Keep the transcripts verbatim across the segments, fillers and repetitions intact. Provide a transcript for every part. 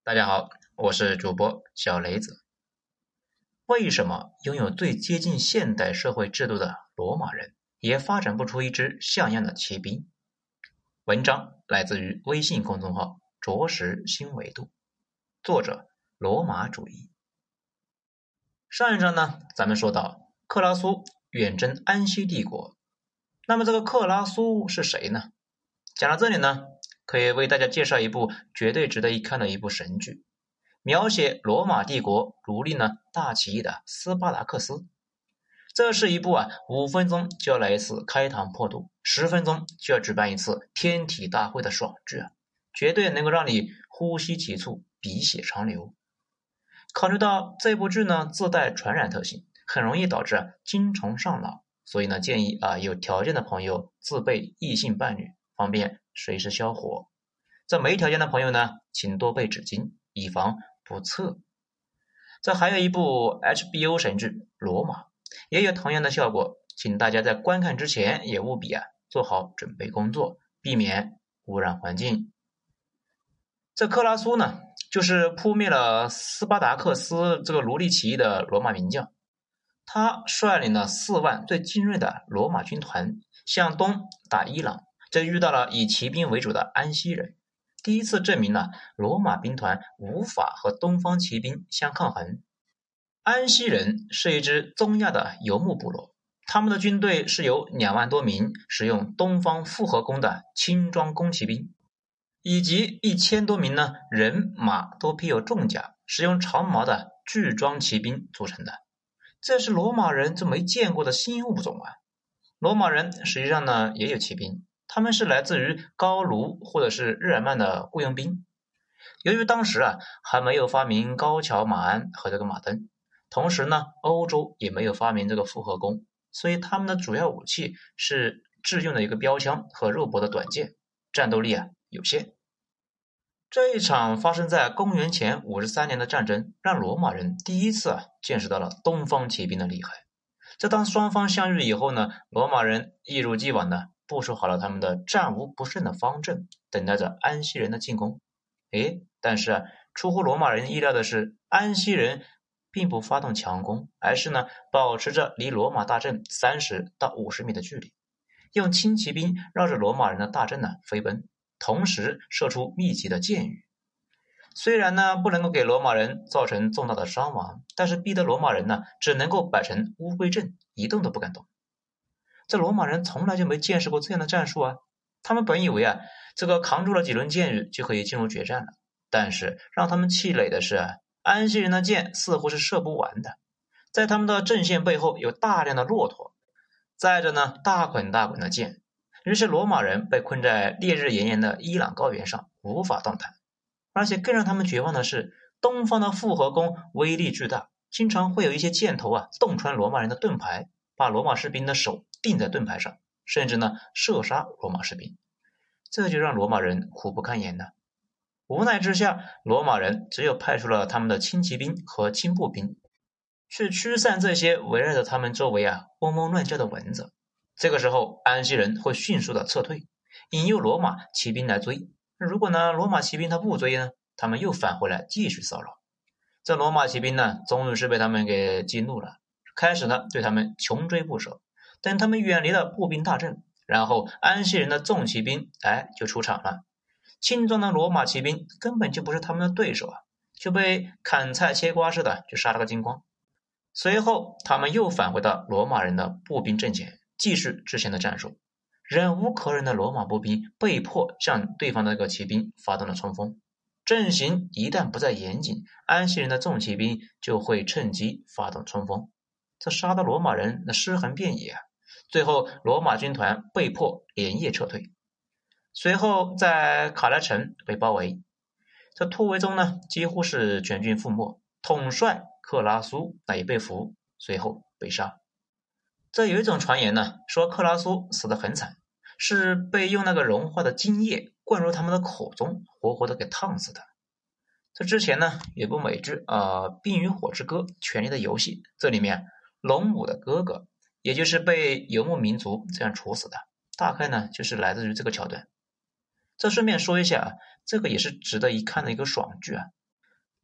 大家好，我是主播小雷子。为什么拥有最接近现代社会制度的罗马人也发展不出一支像样的骑兵？文章来自于微信公众号着实新维度，作者罗马主义。上一章呢，咱们说到克拉苏远征安息帝国，那么这个克拉苏是谁呢？讲到这里呢，可以为大家介绍一部绝对值得一看的一部神剧，描写罗马帝国奴隶呢大起义的斯巴达克斯。这是一部啊五分钟就要来一次开膛破肚，十分钟就要举办一次天体大会的爽剧啊，绝对能够让你呼吸急促，鼻血长流。考虑到这部剧呢自带传染特性，很容易导致啊精虫上脑，所以呢建议啊有条件的朋友自备异性伴侣，方便随时消火。这没条件的朋友呢，请多备纸巾，以防不测。这还有一部 H B O 神剧《罗马》，也有同样的效果，请大家在观看之前也务必啊做好准备工作，避免污染环境。这克拉苏呢，就是扑灭了斯巴达克斯这个奴隶起义的罗马名将，他率领了四万最精锐的罗马军团向东打伊朗，这遇到了以骑兵为主的安息人，第一次证明了罗马兵团无法和东方骑兵相抗衡。安息人是一支中亚的游牧部落，他们的军队是由两万多名使用东方复合弓的轻装弓骑兵，以及一千多名呢人马都披有重甲，使用长矛的巨装骑兵组成的。这是罗马人这没见过的新物种啊！罗马人实际上呢也有骑兵，他们是来自于高卢或者是日耳曼的雇佣兵。由于当时啊还没有发明高桥马鞍和这个马镫，同时呢欧洲也没有发明这个复合弓，所以他们的主要武器是制用的一个标枪和肉搏的短剑，战斗力啊有限。这一场发生在公元前五十三年的战争，让罗马人第一次啊见识到了东方骑兵的厉害。这当双方相遇以后呢，罗马人一如既往的部署好了他们的战无不胜的方阵，等待着安息人的进攻。诶，但是啊，出乎罗马人意料的是，安息人并不发动强攻，而是呢保持着离罗马大阵三十到五十米的距离，用轻骑兵绕着罗马人的大阵呢飞奔，同时射出密集的箭雨。虽然呢不能够给罗马人造成重大的伤亡，但是逼得罗马人呢只能够摆成乌龟阵，一动都不敢动。这罗马人从来就没见识过这样的战术啊！他们本以为啊这个扛住了几轮箭雨就可以进入决战了，但是让他们气馁的是，安息人的箭似乎是射不完的。在他们的阵线背后有大量的骆驼，载着呢大捆大捆的箭，于是罗马人被困在烈日炎炎的伊朗高原上，无法动弹。而且更让他们绝望的是，东方的复合弓威力巨大，经常会有一些箭头啊洞穿罗马人的盾牌，把罗马士兵的手钉在盾牌上，甚至呢射杀罗马士兵。这就让罗马人苦不堪言了。无奈之下，罗马人只有派出了他们的轻骑兵和轻步兵，去驱散这些围绕着他们周围啊嗡嗡乱叫的蚊子。这个时候，安息人会迅速的撤退，引诱罗马骑兵来追。如果呢罗马骑兵他不追呢，他们又返回来继续骚扰。这罗马骑兵呢终于是被他们给激怒了，开始呢对他们穷追不舍。等他们远离了步兵大阵，然后安息人的重骑兵哎就出场了。轻装的罗马骑兵根本就不是他们的对手啊，就被砍菜切瓜似的就杀了个精光。随后他们又返回到罗马人的步兵阵前，继续之前的战术。忍无可忍的罗马步兵被迫向对方的那个骑兵发动了冲锋。阵型一旦不再严谨，安息人的重骑兵就会趁机发动冲锋，这杀得罗马人那尸横遍野啊！最后罗马军团被迫连夜撤退。随后在卡莱城被包围，这突围中呢几乎是全军覆没，统帅克拉苏那也被俘，随后被杀。这有一种传言呢，说克拉苏死得很惨，是被用那个融化的精液灌入他们的口中，活活的给烫死的。这之前呢，有部美剧啊，呃《冰与火之歌：权力的游戏》，这里面龙母的哥哥，也就是被游牧民族这样处死的，大概呢就是来自于这个桥段。这顺便说一下啊，这个也是值得一看的一个爽剧啊。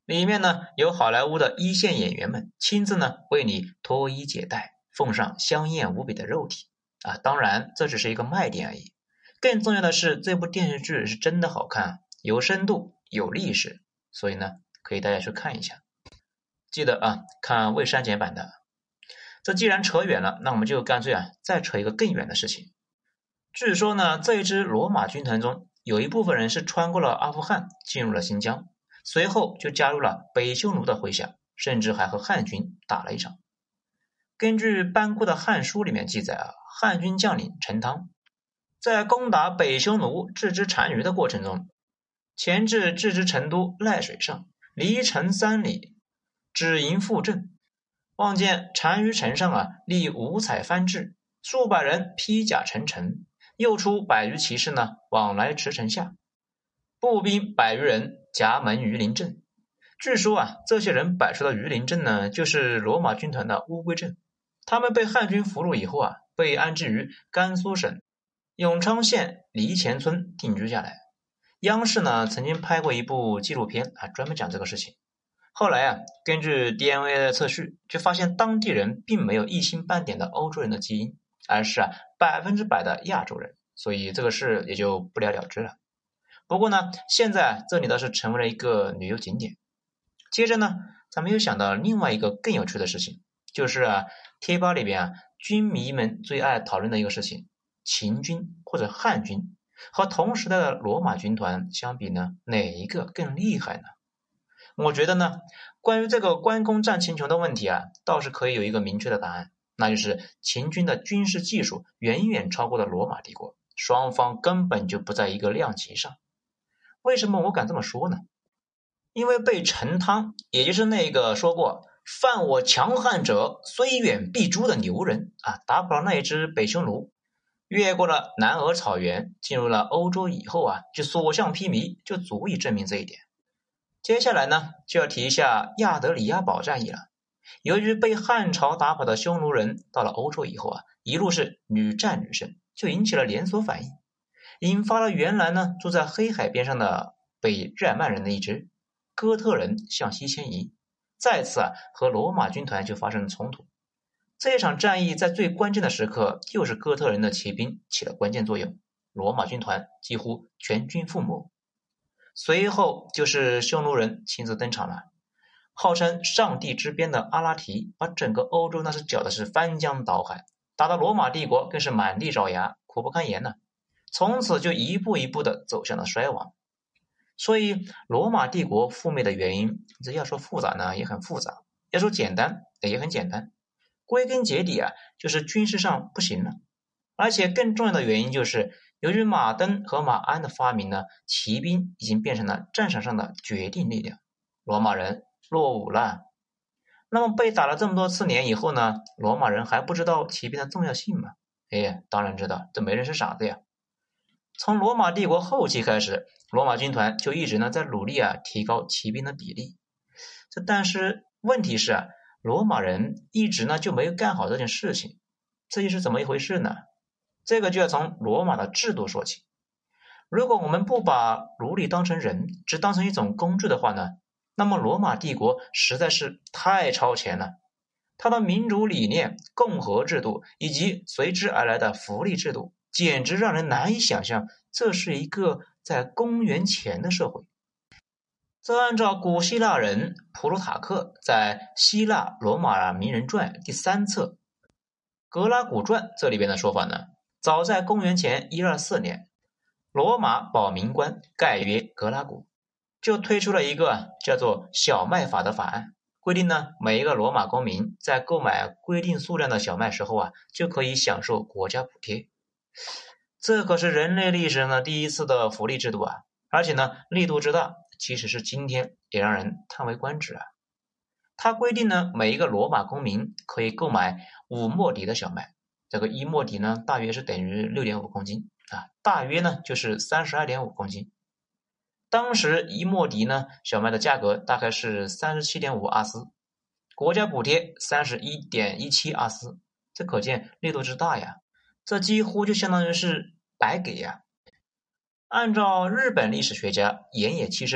里面呢有好莱坞的一线演员们亲自呢为你脱衣解带，奉上香艳无比的肉体啊！当然这只是一个卖点而已，更重要的是这部电视剧是真的好看，有深度有历史，所以呢可以大家去看一下。记得啊看未删减版的。这既然扯远了，那我们就干脆啊再扯一个更远的事情。据说呢这一支罗马军团中有一部分人是穿过了阿富汗进入了新疆，随后就加入了北匈奴的麾下，甚至还和汉军打了一场。根据班固的《汉书》里面记载啊，汉军将领陈汤在攻打北匈奴置之单于的过程中，前至置之成都赖水上，离城三里，只营复阵。望见单于城上啊立五彩幡制，数百人披甲成城，又出百余骑士呢往来驰城下，步兵百余人夹门鱼鳞阵。据说啊这些人摆出的鱼鳞阵呢就是罗马军团的乌龟阵。他们被汉军俘虏以后啊被安置于甘肃省永昌县黎前村定居下来。央视呢曾经拍过一部纪录片啊专门讲这个事情。后来啊根据 D N A 的测序，就发现当地人并没有一星半点的欧洲人的基因，而是啊百分之百的亚洲人，所以这个事也就不了了之了。不过呢现在这里倒是成为了一个旅游景点。接着呢咱们又想到另外一个更有趣的事情，就是啊贴吧里边啊军迷们最爱讨论的一个事情，秦军或者汉军和同时代的罗马军团相比呢，哪一个更厉害呢？我觉得呢关于这个关公战秦琼的问题啊倒是可以有一个明确的答案，那就是秦军的军事技术远远超过了罗马帝国，双方根本就不在一个量级上。为什么我敢这么说呢？因为被陈汤，也就是那个说过犯我强汉者虽远必诛的牛人啊，打跑了那一支北匈奴，越过了南俄草原，进入了欧洲以后啊，就所向披靡，就足以证明这一点。接下来呢，就要提一下亚德里亚堡战役了。由于被汉朝打跑的匈奴人到了欧洲以后啊，一路是屡战屡胜，就引起了连锁反应，引发了原来呢住在黑海边上的北日耳曼人的一支哥特人向西迁移，再次啊和罗马军团就发生了冲突。这一场战役在最关键的时刻，又是哥特人的骑兵起了关键作用，罗马军团几乎全军覆没。随后就是匈奴人亲自登场了，号称上帝之鞭的阿拉提把整个欧洲那是搅的是翻江倒海，打到罗马帝国更是满地找牙，苦不堪言呢。从此就一步一步的走向了衰亡。所以罗马帝国覆灭的原因，这要说复杂呢也很复杂，要说简单也很简单，归根结底啊就是军事上不行了。而且更重要的原因就是由于马登和马鞍的发明呢，骑兵已经变成了战场上的决定力量，罗马人落伍了。那么被打了这么多次年以后呢，罗马人还不知道骑兵的重要性吗？哎，当然知道，这没人是傻子呀。从罗马帝国后期开始，罗马军团就一直呢在努力啊提高骑兵的比例。这但是问题是啊，罗马人一直呢就没有干好这件事情，这又是怎么一回事呢？这个就要从罗马的制度说起。如果我们不把奴隶当成人，只当成一种工具的话呢，那么罗马帝国实在是太超前了。它的民主理念、共和制度以及随之而来的福利制度，简直让人难以想象，这是一个在公元前的社会。这按照古希腊人普鲁塔克在《希腊罗马名人传》第三册《格拉古传》这里边的说法呢，早在公元前一二四年，罗马保民官盖约格拉古就推出了一个叫做小麦法的法案，规定呢每一个罗马公民在购买规定数量的小麦时候啊，就可以享受国家补贴。这可是人类历史上的第一次的福利制度啊，而且呢力度之大，即使是今天也让人叹为观止啊。它规定呢每一个罗马公民可以购买五秣底的小麦，这个一秣底呢大约是等于 六点五公斤啊，大约呢就是 三十二点五公斤。当时一秣底呢小麦的价格大概是 三十七点五阿斯，国家补贴 三十一点一七阿斯，这可见力度之大呀，这几乎就相当于是白给呀。按照日本历史学家岩野七生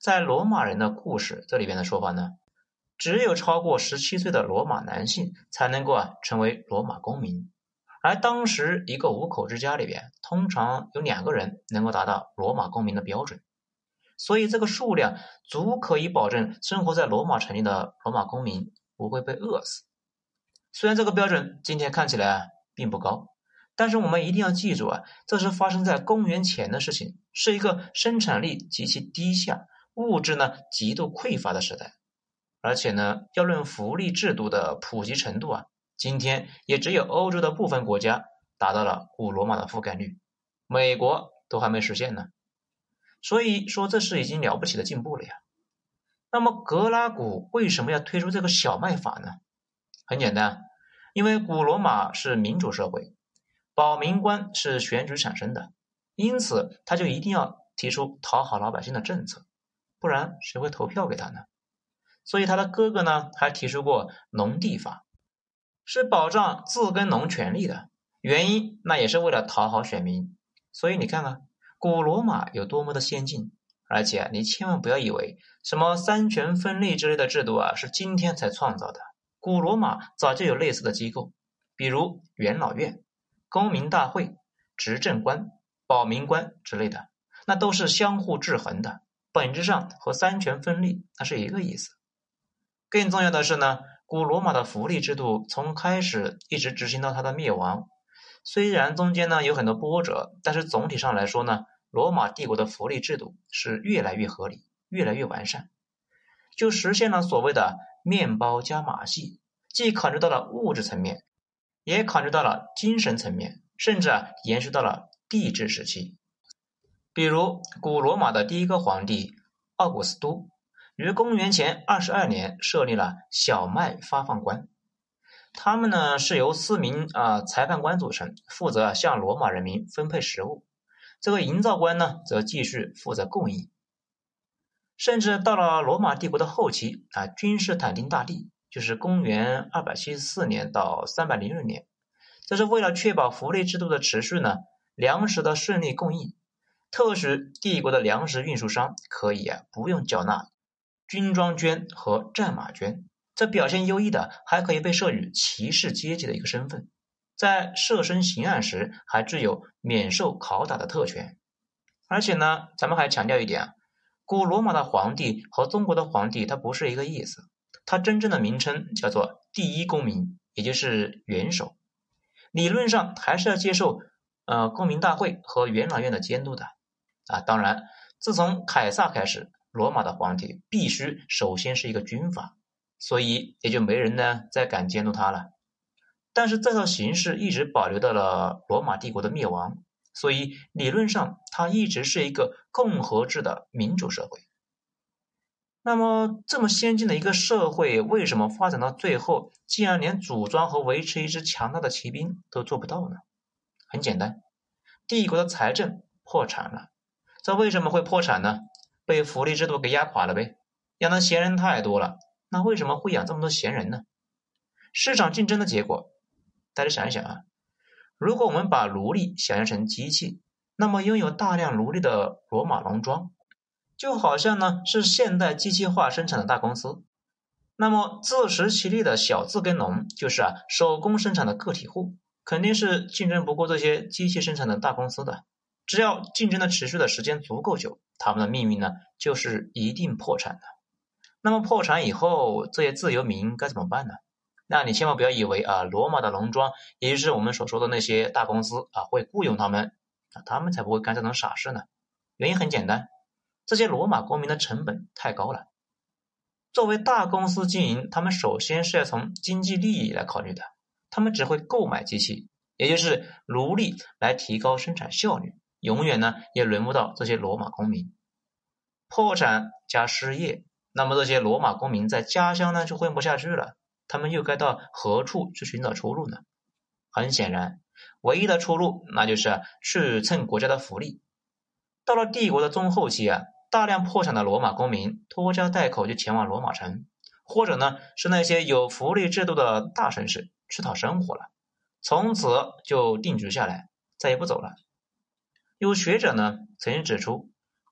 在罗马人的故事这里边的说法呢，只有超过十七岁的罗马男性才能够啊成为罗马公民，而当时一个五口之家里边，通常有两个人能够达到罗马公民的标准，所以这个数量足可以保证生活在罗马城里的罗马公民不会被饿死。虽然这个标准今天看起来啊并不高，但是我们一定要记住啊，这是发生在公元前的事情，是一个生产力极其低下、物质呢极度匮乏的时代。而且呢，要论福利制度的普及程度啊，今天也只有欧洲的部分国家达到了古罗马的覆盖率，美国都还没实现呢。所以说这是已经了不起的进步了呀。那么格拉古为什么要推出这个小麦法呢？很简单，因为古罗马是民主社会，保民官是选举产生的，因此他就一定要提出讨好老百姓的政策，不然谁会投票给他呢？所以他的哥哥呢还提出过农地法，是保障自耕农权利的，原因那也是为了讨好选民。所以你看啊，古罗马有多么的先进，而且你千万不要以为什么三权分立之类的制度啊是今天才创造的，古罗马早就有类似的机构，比如元老院、公民大会、执政官、保民官之类的，那都是相互制衡的，本质上和三权分立那是一个意思。更重要的是呢，古罗马的福利制度从开始一直执行到它的灭亡，虽然中间呢有很多波折，但是总体上来说呢，罗马帝国的福利制度是越来越合理，越来越完善，就实现了所谓的面包加马戏，既考虑到了物质层面，也考虑到了精神层面，甚至啊延续到了帝制时期。比如古罗马的第一个皇帝奥古斯都于公元前二十二年设立了小麦发放官，他们呢是由四名啊、呃、裁判官组成，负责向罗马人民分配食物。这个营造官呢则继续负责供应。甚至到了罗马帝国的后期啊，君士坦丁大帝就是公元二百七十四年到三百零六年，这是为了确保福利制度的持续呢，粮食的顺利供应，特许帝国的粮食运输商可以啊不用缴纳军装捐和战马捐，这表现优异的还可以被授予骑士阶级的一个身份，在设身刑案时还具有免受拷打的特权。而且呢，咱们还强调一点啊，古罗马的皇帝和中国的皇帝它不是一个意思，它真正的名称叫做第一公民，也就是元首，理论上还是要接受呃公民大会和元老院的监督的啊。当然，自从凯撒开始，罗马的皇帝必须首先是一个军阀，所以也就没人呢再敢监督他了。但是这套形式一直保留到了罗马帝国的灭亡，所以理论上它一直是一个共和制的民主社会。那么这么先进的一个社会，为什么发展到最后竟然连组装和维持一支强大的骑兵都做不到呢？很简单，帝国的财政破产了。这为什么会破产呢？被福利制度给压垮了呗，养的闲人太多了。那为什么会养这么多闲人呢？市场竞争的结果。大家想一想啊，如果我们把奴隶想象成机器，那么拥有大量奴隶的罗马农庄就好像呢是现代机器化生产的大公司，那么自食其力的小自耕农就是啊手工生产的个体户，肯定是竞争不过这些机器生产的大公司的。只要竞争的持续的时间足够久，他们的命运呢就是一定破产的。那么破产以后，这些自由民该怎么办呢？那你千万不要以为啊，罗马的农庄，也就是我们所说的那些大公司啊，会雇佣他们，啊，他们才不会干这种傻事呢。原因很简单，这些罗马公民的成本太高了。作为大公司经营，他们首先是要从经济利益来考虑的，他们只会购买机器，也就是奴隶来提高生产效率，永远呢也轮不到这些罗马公民。破产加失业，那么这些罗马公民在家乡呢就混不下去了，他们又该到何处去寻找出路呢？很显然，唯一的出路那就是去蹭国家的福利。到了帝国的中后期啊，大量破产的罗马公民拖家带口就前往罗马城，或者呢是那些有福利制度的大城市去讨生活了，从此就定居下来，再也不走了。有学者呢曾经指出，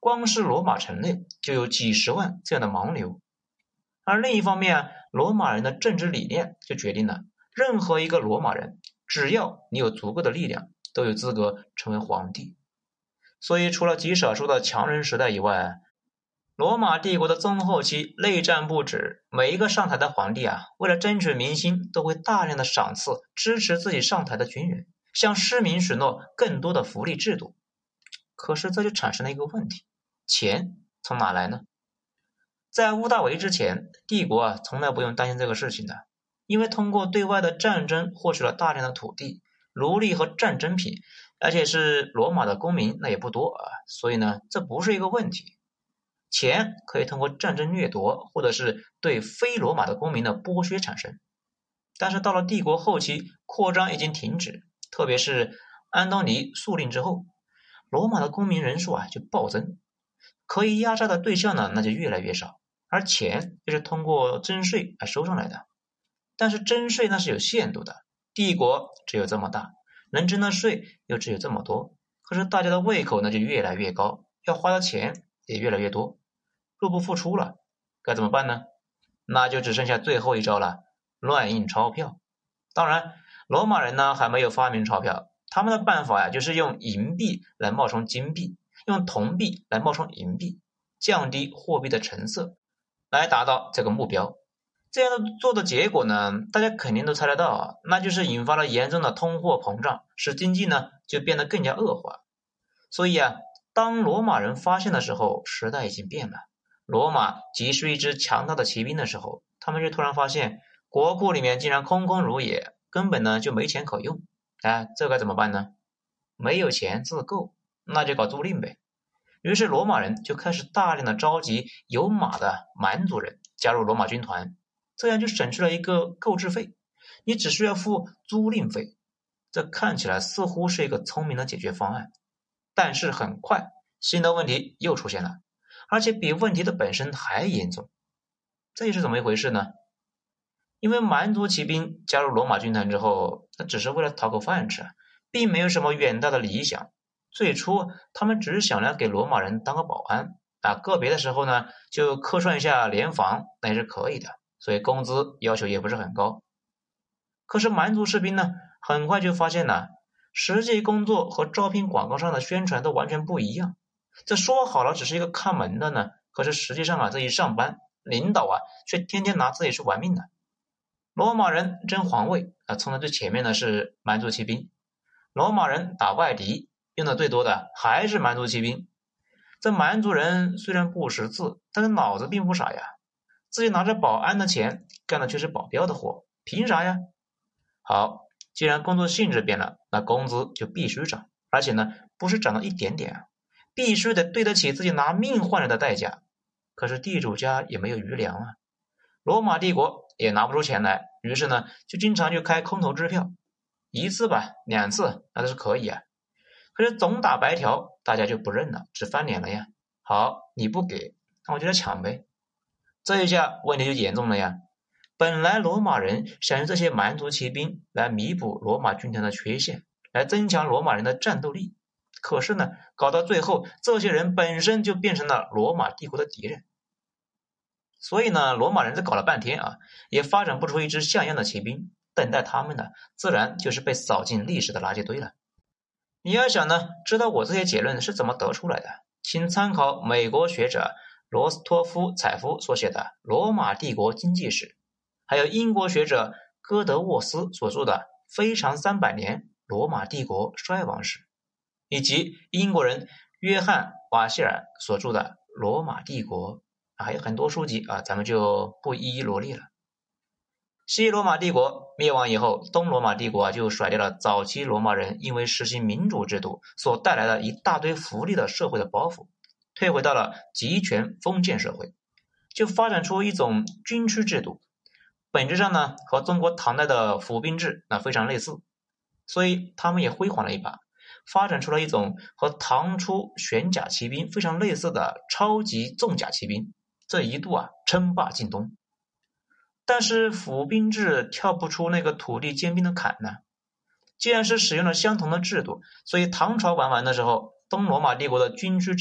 光是罗马城内就有几十万这样的盲流。而另一方面，罗马人的政治理念就决定了，任何一个罗马人，只要你有足够的力量，都有资格成为皇帝。所以除了极少数的强人时代以外，罗马帝国的中后期内战不止，每一个上台的皇帝啊，为了争取民心，都会大量的赏赐支持自己上台的军人，向市民许诺更多的福利制度。可是这就产生了一个问题，钱从哪来呢？在屋大维之前，帝国啊从来不用担心这个事情的，因为通过对外的战争获取了大量的土地、奴隶和战争品，而且是罗马的公民那也不多啊，所以呢这不是一个问题。钱可以通过战争掠夺，或者是对非罗马的公民的剥削产生。但是到了帝国后期，扩张已经停止，特别是安东尼肃令之后，罗马的公民人数啊就暴增，可以压榨的对象呢那就越来越少，而钱就是通过征税来收上来的。但是征税那是有限度的，帝国只有这么大，能征的税又只有这么多，可是大家的胃口那就越来越高，要花的钱也越来越多，入不敷出了，该怎么办呢？那就只剩下最后一招了，乱印钞票。当然罗马人呢还没有发明钞票，他们的办法呀就是用银币来冒充金币，用铜币来冒充银币，降低货币的成色，来达到这个目标。这样的做的结果呢，大家肯定都猜得到啊，那就是引发了严重的通货膨胀，使经济呢就变得更加恶化。所以啊，当罗马人发现的时候，时代已经变了。罗马急需一支强大的骑兵的时候，他们就突然发现国库里面竟然空空如也，根本呢就没钱可用。哎，这该怎么办呢？没有钱自购，那就搞租赁呗。于是罗马人就开始大量的召集有马的蛮族人加入罗马军团，这样就省去了一个购置费，你只需要付租赁费。这看起来似乎是一个聪明的解决方案，但是很快新的问题又出现了，而且比问题的本身还严重。这又是怎么一回事呢？因为蛮族骑兵加入罗马军团之后，那只是为了讨口饭吃，并没有什么远大的理想。最初他们只是想要给罗马人当个保安啊，个别的时候呢就客串一下联防，那也是可以的，所以工资要求也不是很高。可是蛮族士兵呢很快就发现了，实际工作和招聘广告上的宣传都完全不一样。这说好了只是一个看门的呢，可是实际上啊这一上班，领导啊却天天拿自己去玩命的。罗马人争皇位啊，冲在最前面的是蛮族骑兵，罗马人打外敌用的最多的还是蛮族骑兵。这蛮族人虽然不识字，但是脑子并不傻呀，自己拿着保安的钱干的却是保镖的活，凭啥呀？好，既然工作性质变了，那工资就必须涨，而且呢不是涨到一点点啊，必须得对得起自己拿命换来的代价。可是地主家也没有余粮啊，罗马帝国也拿不出钱来，于是呢就经常就开空头支票，一次吧两次那都是可以啊，可是总打白条大家就不认了，只翻脸了呀。好，你不给，那我就来抢呗。这一下问题就严重了呀。本来罗马人想用这些蛮族骑兵来弥补罗马军团的缺陷，来增强罗马人的战斗力，可是呢搞到最后，这些人本身就变成了罗马帝国的敌人。所以呢罗马人这搞了半天啊，也发展不出一支像样的骑兵，等待他们的自然就是被扫进历史的垃圾堆了。你要想呢知道我这些结论是怎么得出来的，请参考美国学者罗斯托夫采夫所写的《罗马帝国经济史》，还有英国学者戈德沃斯所著的《非常三百年罗马帝国衰亡史》，以及英国人约翰瓦希尔所著的《罗马帝国》，还有很多书籍啊，咱们就不一一罗列了。西罗马帝国灭亡以后，东罗马帝国啊就甩掉了早期罗马人因为实行民主制度所带来的一大堆福利的社会的包袱，退回到了集权封建社会，就发展出一种军区制度，本质上呢和中国唐代的府兵制那非常类似，所以他们也辉煌了一把，发展出了一种和唐初玄甲骑兵非常类似的超级重甲骑兵，这一度啊称霸晋东。但是府兵制跳不出那个土地兼并的坎呢。既然是使用了相同的制度，所以唐朝玩完的时候，东罗马帝国的军区制度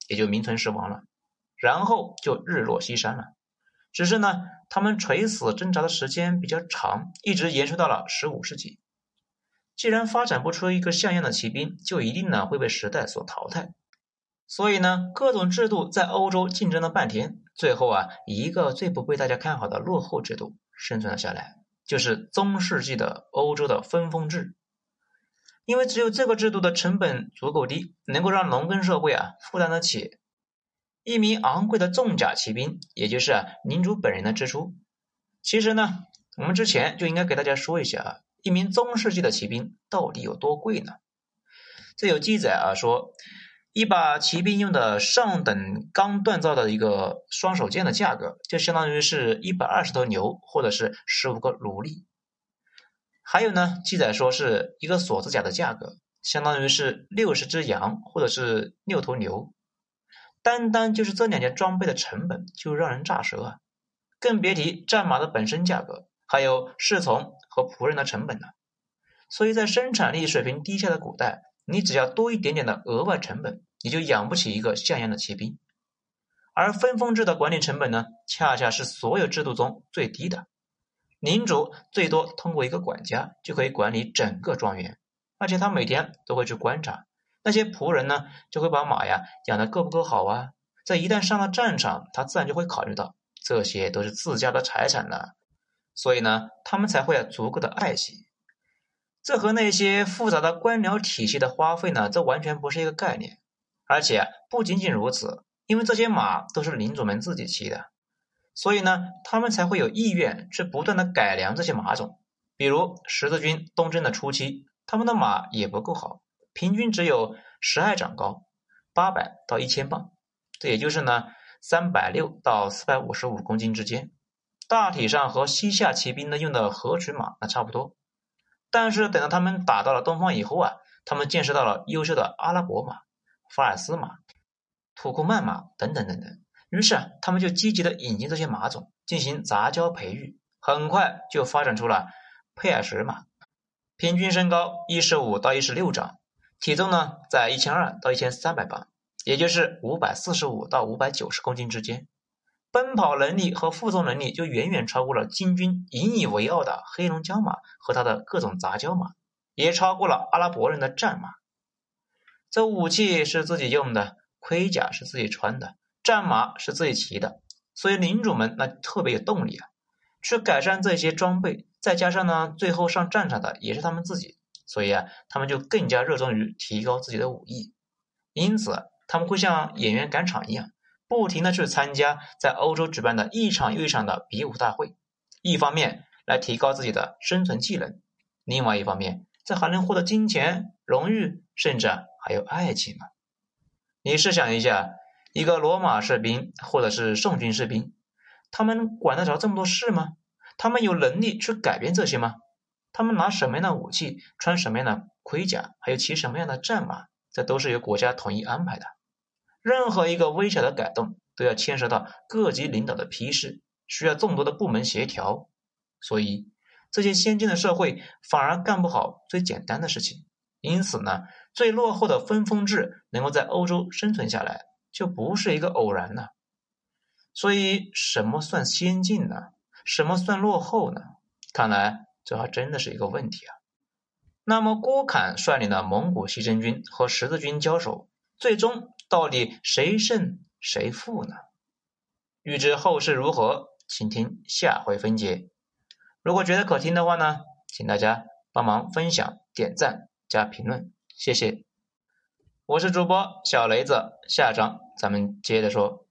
也就名存实亡了，然后就日落西山了。只是呢，他们垂死挣扎的时间比较长，一直延续到了十五世纪。既然发展不出一个像样的骑兵，就一定呢会被时代所淘汰。所以呢，各种制度在欧洲竞争了半天，最后啊，一个最不被大家看好的落后制度生存了下来，就是中世纪的欧洲的分封制。因为只有这个制度的成本足够低，能够让农耕社会啊负担得起一名昂贵的重甲骑兵，也就是啊领主本人的支出。其实呢，我们之前就应该给大家说一下啊，一名中世纪的骑兵到底有多贵呢？这有记载啊说，一把骑兵用的上等钢锻造的一个双手剑的价格，就相当于是一百二十头牛或者是十五个奴隶。还有呢，记载说是一个锁子甲的价格，相当于是六十只羊或者是六头牛。单单就是这两件装备的成本就让人咋舌啊，更别提战马的本身价格，还有侍从和仆人的成本了。所以在生产力水平低下的古代，你只要多一点点的额外成本，你就养不起一个像样的骑兵。而分封制的管理成本呢，恰恰是所有制度中最低的。领主最多通过一个管家就可以管理整个庄园，而且他每天都会去观察。那些仆人呢，就会把马呀养得够不够好啊。这一旦上了战场，他自然就会考虑到这些都是自家的财产了，所以呢，他们才会有足够的爱惜。这和那些复杂的官僚体系的花费呢，这完全不是一个概念。而且不仅仅如此，因为这些马都是领主们自己骑的，所以呢，他们才会有意愿去不断的改良这些马种。比如十字军东征的初期，他们的马也不够好，平均只有十二掌高，八百到一千磅，这也就是呢三百六十到四百五十五公斤之间，大体上和西夏骑兵呢用的河曲马那差不多。但是等到他们打到了东方以后啊，他们见识到了优秀的阿拉伯马、法尔斯马、土库曼马等等等等，于是啊，他们就积极的引进这些马种进行杂交培育，很快就发展出了佩尔什马，平均身高一十五到一十六掌，体重呢在一千二到一千三百磅，也就是五百四十五到五百九十公斤之间。奔跑能力和负重能力就远远超过了金军引以为傲的黑龙江马和它的各种杂交马，也超过了阿拉伯人的战马。这武器是自己用的，盔甲是自己穿的，战马是自己骑的，所以领主们那特别有动力啊，去改善这些装备。再加上呢，最后上战场的也是他们自己，所以啊，他们就更加热衷于提高自己的武艺。因此，他们会像演员赶场一样，不停的去参加在欧洲举办的一场又一场的比武大会，一方面来提高自己的生存技能，另外一方面这还能获得金钱、荣誉，甚至还有爱情呢。你试想一下，一个罗马士兵或者是宋军士兵，他们管得着这么多事吗？他们有能力去改变这些吗？他们拿什么样的武器，穿什么样的盔甲，还有骑什么样的战马，这都是由国家统一安排的。任何一个微小的改动都要牵涉到各级领导的批示，需要众多的部门协调，所以这些先进的社会反而干不好最简单的事情。因此呢，最落后的分封制能够在欧洲生存下来，就不是一个偶然了。所以什么算先进呢？什么算落后呢？看来这还真的是一个问题啊。那么郭侃率领的蒙古西征军和十字军交手，最终到底谁胜谁负呢？欲知后事如何，请听下回分解。如果觉得可听的话呢，请大家帮忙分享、点赞、加评论，谢谢。我是主播小雷子，下章咱们接着说。